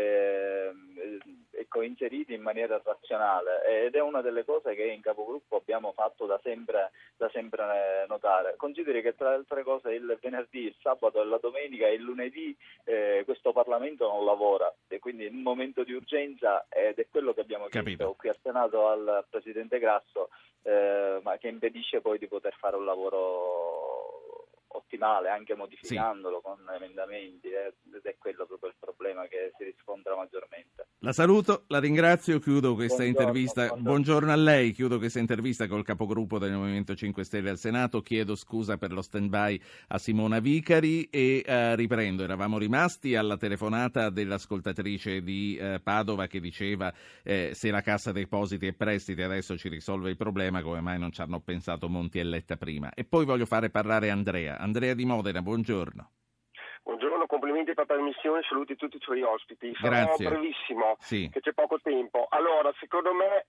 inseriti in maniera razionale, ed è una delle cose che in capogruppo abbiamo fatto da sempre notare. Consideri che tra le altre cose il venerdì, il sabato e la domenica e il lunedì questo Parlamento non lavora, e quindi in un momento di urgenza, ed è quello che abbiamo chiesto qui al Senato al Presidente Grasso, ma che impedisce poi di poter fare un lavoro ottimale, anche modificandolo con emendamenti, ed è quello proprio il problema che si riscontra maggiormente. La saluto, la ringrazio, chiudo questa intervista. Buongiorno a lei, chiudo questa intervista col capogruppo del Movimento 5 Stelle al Senato, chiedo scusa per lo stand-by a Simona Vicari e riprendo. Eravamo rimasti alla telefonata dell'ascoltatrice di Padova che diceva se la Cassa Depositi e Prestiti adesso ci risolve il problema, come mai non ci hanno pensato Monti e Letta prima. E poi voglio fare parlare Andrea di Modena, buongiorno. Buongiorno, complimenti per la trasmissione, saluti tutti i suoi ospiti. Grazie. Sarò brevissimo, sì, che c'è poco tempo. Allora, secondo me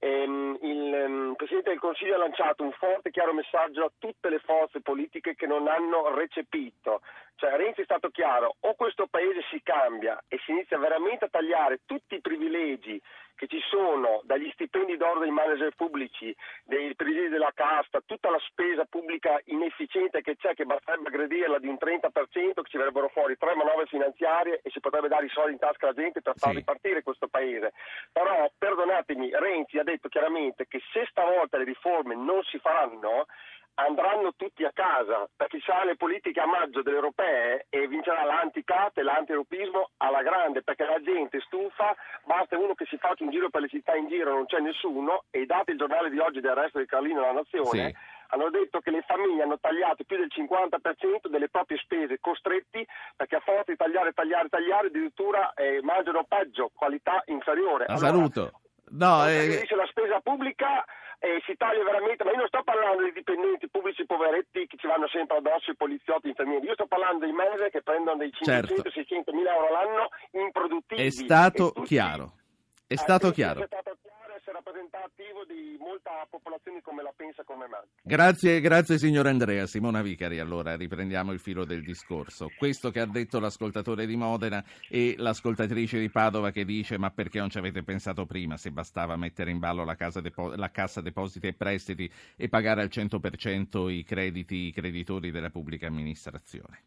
il Presidente del Consiglio ha lanciato un forte e chiaro messaggio a tutte le forze politiche che non hanno recepito. Cioè Renzi è stato chiaro: o questo Paese si cambia e si inizia veramente a tagliare tutti i privilegi che ci sono, dagli stipendi d'oro dei manager pubblici, dei privilegi della casta, tutta la spesa pubblica inefficiente che c'è, che basterebbe aggredirla di un 30%, che ci verrebbero fuori 3 manovre finanziarie e si potrebbe dare i soldi in tasca alla gente per far ripartire questo Paese. Però, perdonatemi, Renzi ha detto chiaramente che se stavolta le riforme non si faranno, andranno tutti a casa, perché ci saranno le politiche a maggio delle europee e vincerà l'anti-CAT e l'anti-europeismo alla grande, perché la gente è stufa, basta uno che si faccia un giro per le città in giro, non c'è nessuno, e date il giornale di oggi del Resto del Carlino La Nazione, hanno detto che le famiglie hanno tagliato più del 50% delle proprie spese, costretti, perché a forza di tagliare, addirittura mangiano peggio, qualità inferiore. La saluto. No, dice la spesa pubblica si taglia veramente, ma io non sto parlando di dipendenti pubblici poveretti che ci vanno sempre addosso, i poliziotti, i infermieri, io sto parlando dei manager che prendono dei 500-600 mila euro l'anno improduttivi. È stato chiaro. È stato chiaro. È stato chiaro, rappresentativo di molta popolazione come la pensa come me. Grazie signor Andrea. Simona Vicari, allora riprendiamo il filo del discorso. Questo che ha detto l'ascoltatore di Modena e l'ascoltatrice di Padova che dice: ma perché non ci avete pensato prima, se bastava mettere in ballo la Cassa Depositi e Prestiti e pagare al 100% i creditori della pubblica amministrazione?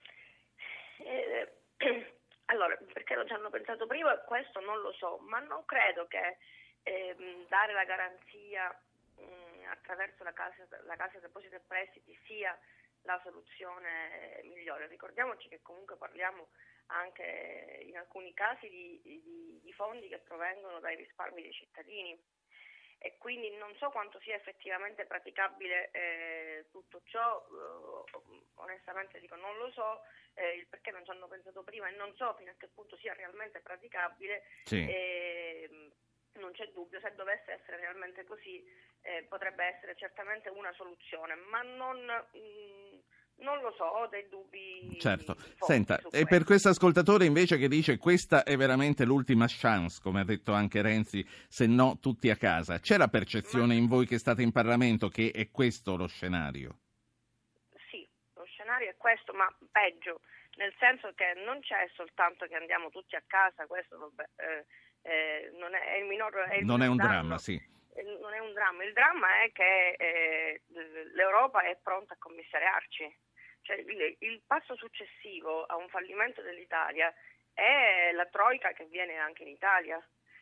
Allora, perché non ci hanno pensato prima, questo non lo so, ma non credo che dare la garanzia attraverso la Cassa Depositi e Prestiti sia la soluzione migliore. Ricordiamoci che comunque parliamo anche in alcuni casi di fondi che provengono dai risparmi dei cittadini e quindi non so quanto sia effettivamente praticabile tutto ciò, onestamente dico non lo so, il perché non ci hanno pensato prima e non so fino a che punto sia realmente praticabile. Sì. Non c'è dubbio, se dovesse essere realmente così potrebbe essere certamente una soluzione, ma non lo so, ho dei dubbi. Certo, senta, e per questo ascoltatore invece che dice questa è veramente l'ultima chance, come ha detto anche Renzi, se no tutti a casa, c'è la percezione in voi che state in Parlamento che è questo lo scenario? Sì, lo scenario è questo, ma peggio, nel senso che non c'è soltanto che andiamo tutti a casa, questo non è il minor non è un danno. Dramma, sì. Non è un dramma, il dramma è che l'Europa è pronta a commissariarci. Cioè, il passo successivo a un fallimento dell'Italia è la troika che viene anche in Italia.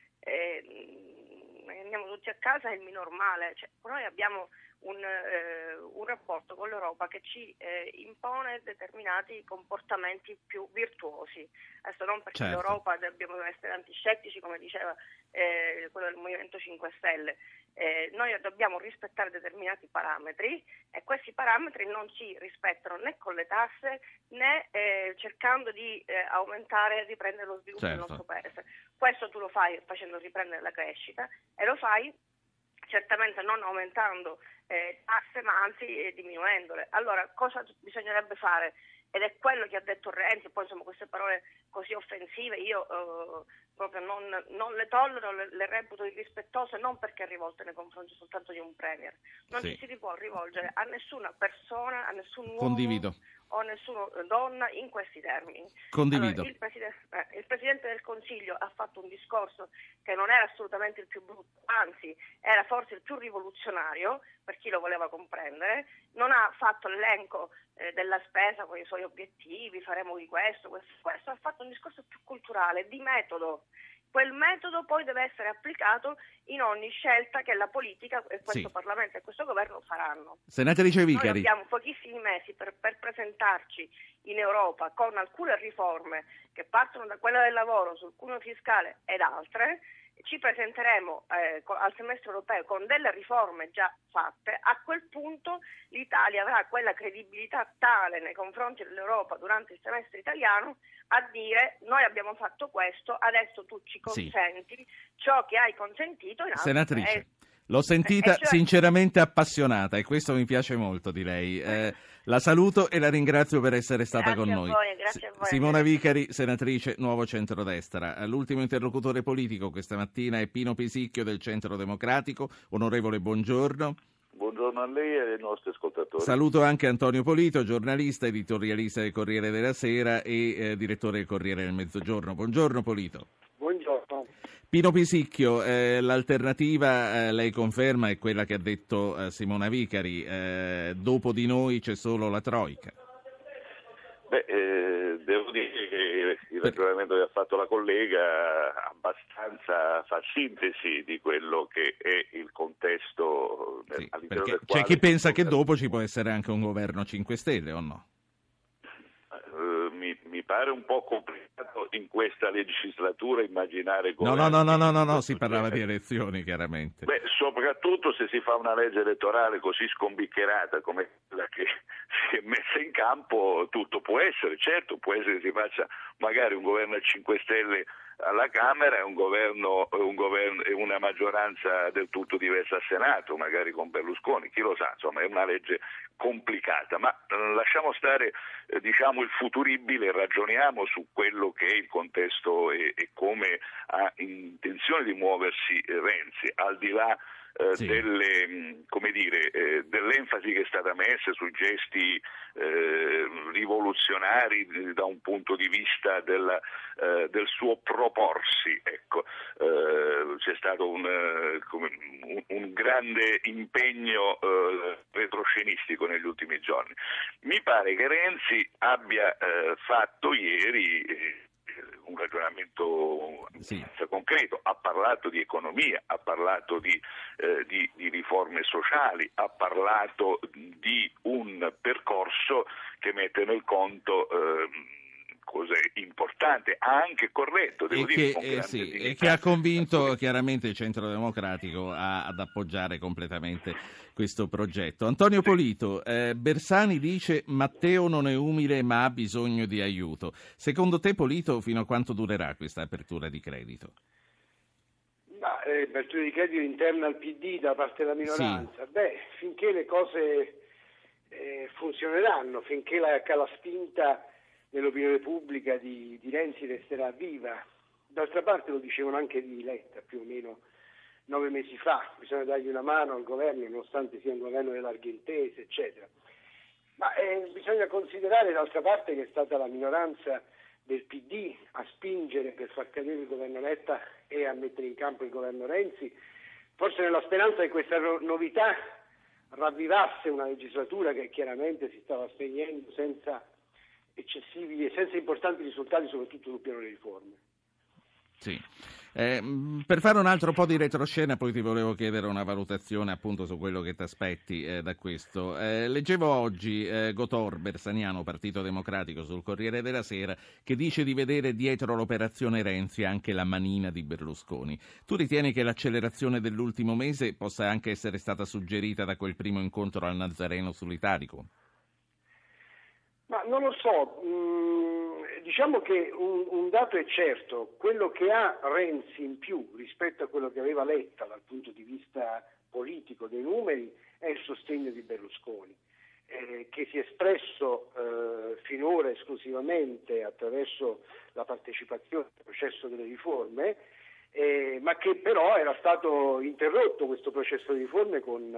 Andiamo tutti a casa, è il minor male. Cioè, noi abbiamo un rapporto con l'Europa che ci impone determinati comportamenti più virtuosi. Adesso non perché l'Europa dobbiamo essere antiscettici, come diceva quello del Movimento 5 Stelle. Noi dobbiamo rispettare determinati parametri e questi parametri non si rispettano né con le tasse né cercando di aumentare e riprendere lo sviluppo del nostro paese. Questo tu lo fai facendo riprendere la crescita e lo fai certamente non aumentando tasse ma anzi diminuendole. Allora cosa bisognerebbe fare? Ed è quello che ha detto Renzi, poi insomma queste parole così offensive io proprio non le tollero, le reputo irrispettose, non perché rivolte nei confronti soltanto di un premier. Non ci si può rivolgere a nessuna persona, a nessun uomo. Condivido. O nessuna donna in questi termini. Condivido. Allora, il Presidente del Consiglio ha fatto un discorso che non era assolutamente il più brutto, anzi era forse il più rivoluzionario per chi lo voleva comprendere, non ha fatto l'elenco della spesa con i suoi obiettivi, faremo di questo, ha fatto un discorso più culturale, di metodo. Quel metodo poi deve essere applicato in ogni scelta che la politica e questo Parlamento e questo governo faranno. Senatrice Vicari. Noi abbiamo pochissimi mesi per presentarci in Europa con alcune riforme che partono da quella del lavoro sul cuneo fiscale ed altre. Ci presenteremo al semestre europeo con delle riforme già fatte. A quel punto l'Italia avrà quella credibilità tale nei confronti dell'Europa durante il semestre italiano a dire noi abbiamo fatto questo, adesso tu ci consenti ciò che hai consentito in altri Senatrice, l'ho sentita sinceramente appassionata e questo mi piace molto di lei. La saluto e la ringrazio per essere stata con noi. Grazie a voi. Simona Vicari, senatrice Nuovo Centrodestra. L'ultimo interlocutore politico questa mattina è Pino Pisicchio del Centro Democratico. Onorevole, buongiorno. Buongiorno a lei e ai nostri ascoltatori. Saluto anche Antonio Polito, giornalista, editorialista del Corriere della Sera e direttore del Corriere del Mezzogiorno. Buongiorno Polito. Buongiorno. Pino Pisicchio, l'alternativa lei conferma è quella che ha detto Simona Vicari, dopo di noi c'è solo la Troika. Devo dire che il ragionamento che ha fatto la collega abbastanza fa sintesi di quello che è il contesto all'interno del quale... C'è chi pensa che dopo ci può essere anche un governo 5 Stelle o no? Mi pare un po' complicato in questa legislatura immaginare No, si parlava di elezioni chiaramente. Soprattutto se si fa una legge elettorale così scombiccherata come quella che si è messa in campo tutto può essere. Certo, può essere che si faccia magari un governo a 5 Stelle alla Camera e un governo e una maggioranza del tutto diversa al Senato, magari con Berlusconi, chi lo sa, insomma è una legge complicata, ma lasciamo stare diciamo il futuribile e ragioniamo su quello che è il contesto e come ha intenzione di muoversi Renzi, al di là dell'enfasi che è stata messa sui gesti rivoluzionari da un punto di vista del suo proporsi. Ecco, c'è stato un grande impegno retroscenisti negli ultimi giorni. Mi pare che Renzi abbia fatto ieri un ragionamento concreto, ha parlato di economia, ha parlato di riforme sociali, ha parlato di un percorso che mette nel conto cose importanti, anche corretto, devo dire, e che ha convinto chiaramente il Centro Democratico ad appoggiare completamente questo progetto. Antonio Polito, Bersani dice Matteo non è umile ma ha bisogno di aiuto. Secondo te, Polito, fino a quanto durerà questa apertura di credito? Apertura di credito interna al PD da parte della minoranza? Finché le cose funzioneranno, finché la spinta nell'opinione pubblica di Renzi resterà viva. D'altra parte lo dicevano anche di Letta più o meno 9 mesi fa, bisogna dargli una mano al governo nonostante sia un governo di larghe intese, eccetera. Ma bisogna considerare d'altra parte che è stata la minoranza del PD a spingere per far cadere il governo Letta e a mettere in campo il governo Renzi, forse nella speranza che questa novità ravvivasse una legislatura che chiaramente si stava spegnendo senza eccessivi e senza importanti risultati, soprattutto sul piano delle riforme. Sì. Per fare un altro po' di retroscena, poi ti volevo chiedere una valutazione appunto su quello che ti aspetti da questo. Leggevo oggi Gotor, bersaniano, Partito Democratico, sul Corriere della Sera, che dice di vedere dietro l'operazione Renzi anche la manina di Berlusconi. Tu ritieni che l'accelerazione dell'ultimo mese possa anche essere stata suggerita da quel primo incontro al Nazareno sull'Italico? Ma non lo so, diciamo che un dato è certo, quello che ha Renzi in più rispetto a quello che aveva Letta dal punto di vista politico dei numeri è il sostegno di Berlusconi, che si è espresso finora esclusivamente attraverso la partecipazione al processo delle riforme, ma che però era stato interrotto questo processo di riforme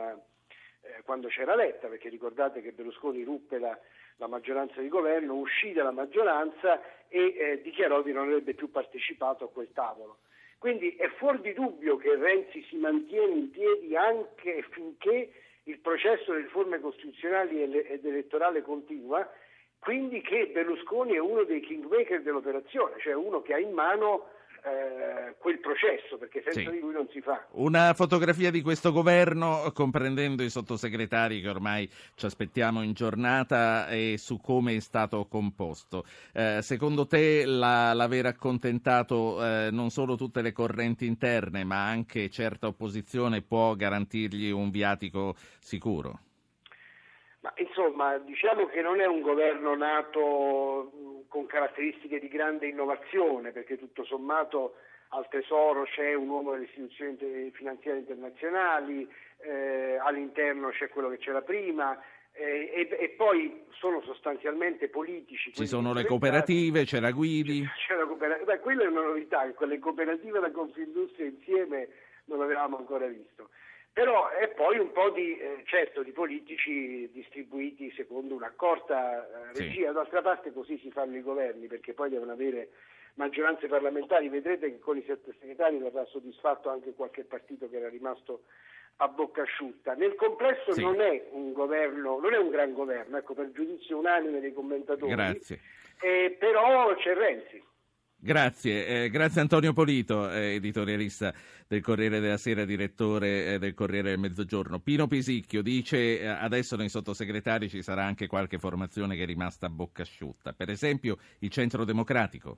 quando c'era Letta, perché ricordate che Berlusconi ruppe la maggioranza di governo, uscì dalla maggioranza e dichiarò di non avrebbe più partecipato a quel tavolo. Quindi è fuor di dubbio che Renzi si mantiene in piedi anche finché il processo delle riforme costituzionali ed elettorale continua, quindi che Berlusconi è uno dei kingmaker dell'operazione, cioè uno che ha in mano quel processo, perché senza di lui non si fa. Una fotografia di questo governo, comprendendo i sottosegretari che ormai ci aspettiamo in giornata, e su come è stato composto. Secondo te l'aver accontentato non solo tutte le correnti interne, ma anche certa opposizione può garantirgli un viatico sicuro? Ma insomma, diciamo che non è un governo nato con caratteristiche di grande innovazione, perché tutto sommato al Tesoro c'è un uomo delle istituzioni finanziarie internazionali, all'interno c'è quello che c'era prima, e poi sono sostanzialmente politici. Ci sono le cooperative, c'è la Guidi. Quella è una novità, che quelle cooperative e la Confindustria insieme non avevamo ancora visto. Però è poi un po' di politici distribuiti secondo un'accorta regia. D'altra parte così si fanno i governi, perché poi devono avere maggioranze parlamentari. Vedrete che con i sottosegretari verrà soddisfatto anche qualche partito che era rimasto a bocca asciutta. Nel complesso non è un governo, non è un gran governo, ecco, per giudizio unanime dei commentatori. Grazie. Però c'è Renzi. Grazie Antonio Polito, editorialista del Corriere della Sera, direttore del Corriere del Mezzogiorno. Pino Pisicchio dice adesso nei sottosegretari ci sarà anche qualche formazione che è rimasta a bocca asciutta, per esempio il Centro Democratico.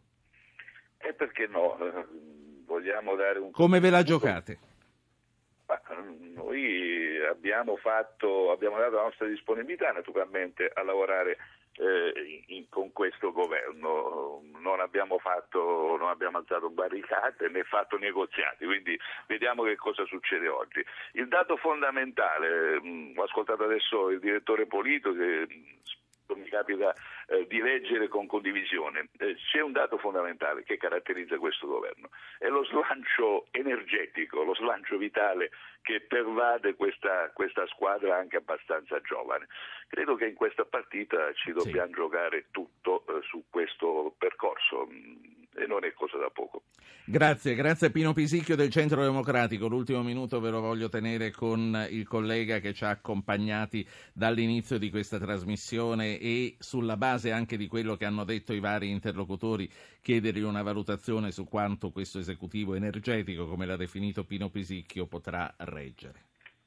Perché no? Vogliamo dare un... Come ve la giocate? Noi abbiamo dato la nostra disponibilità naturalmente a lavorare con questo governo. Non abbiamo alzato barricate né fatto negoziati, quindi vediamo che cosa succede oggi. Il dato fondamentale, ho ascoltato adesso il direttore Polito che mi capita di leggere con condivisione, c'è un dato fondamentale che caratterizza questo governo, è lo slancio energetico, lo slancio vitale che pervade questa squadra anche abbastanza giovane. Credo che in questa partita ci dobbiamo giocare tutto su questo percorso e non è cosa da poco. Grazie a Pino Pisicchio del Centro Democratico. L'ultimo minuto ve lo voglio tenere con il collega che ci ha accompagnati dall'inizio di questa trasmissione e sulla base anche di quello che hanno detto i vari interlocutori chiedergli una valutazione su quanto questo esecutivo energetico, come l'ha definito Pino Pisicchio, potrà reggere.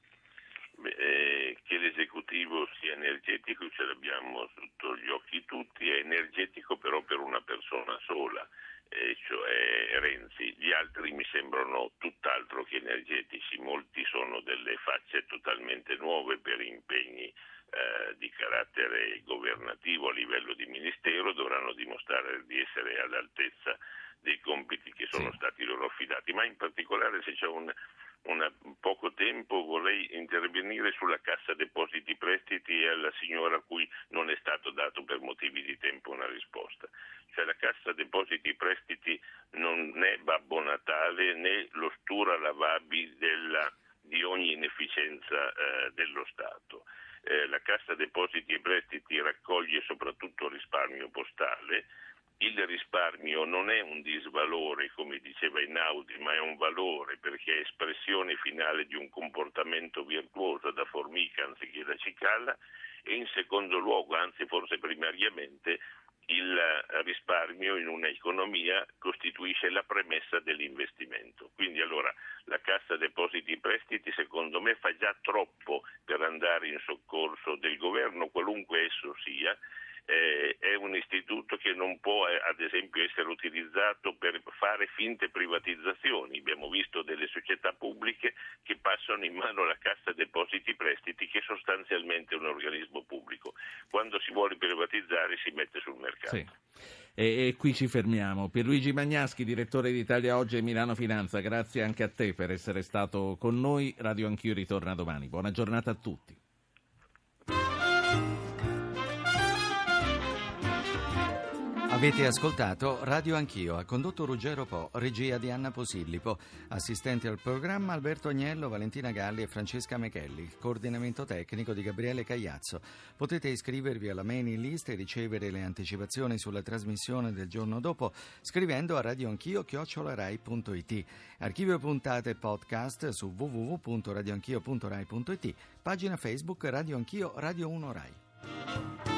Che l'esecutivo sia energetico ce l'abbiamo sotto gli occhi tutti, è energetico però per una persona sola, cioè Renzi. Gli altri mi sembrano tutt'altro che energetici, molti sono delle facce totalmente nuove per impegni di carattere governativo a livello di ministero, dovranno dimostrare di essere all'altezza dei compiti che sono stati loro affidati, ma in particolare se c'è un poco tempo vorrei intervenire sulla Cassa Depositi Prestiti e alla signora a cui non è stato dato per motivi di tempo una risposta. Cioè la Cassa Depositi Prestiti non è Babbo Natale né lo stura-lavabi di ogni inefficienza dello Stato. La Cassa Depositi e Prestiti raccoglie soprattutto risparmio postale. Il risparmio non è un disvalore, come diceva Einaudi, ma è un valore perché è espressione finale di un comportamento virtuoso da formica anziché da cicala, e in secondo luogo, anzi forse primariamente, il risparmio in un'economia costituisce la premessa dell'investimento. Quindi allora la Cassa Depositi e Prestiti secondo me fa già troppo per andare in soccorso del governo, qualunque esso sia. È un istituto che non può ad esempio essere utilizzato per fare finte privatizzazioni. Abbiamo visto delle società pubbliche che passano in mano alla Cassa Depositi Prestiti, che sostanzialmente è un organismo pubblico. Quando si vuole privatizzare si mette sul mercato. Sì. E qui ci fermiamo. Pierluigi Magnaschi, direttore di Italia Oggi e Milano Finanza, grazie anche a te per essere stato con noi. Radio Anch'io ritorna domani. Buona giornata a tutti. Avete ascoltato Radio Anch'io, ha condotto Ruggero Po, regia di Anna Posillipo, assistenti al programma Alberto Agnello, Valentina Galli e Francesca Mechelli, coordinamento tecnico di Gabriele Cagliazzo. Potete iscrivervi alla mailing list e ricevere le anticipazioni sulla trasmissione del giorno dopo scrivendo a radioanchio@rai.it. Archivio puntate podcast su www.radioanchio.rai.it, pagina Facebook Radio Anch'io Radio 1 Rai.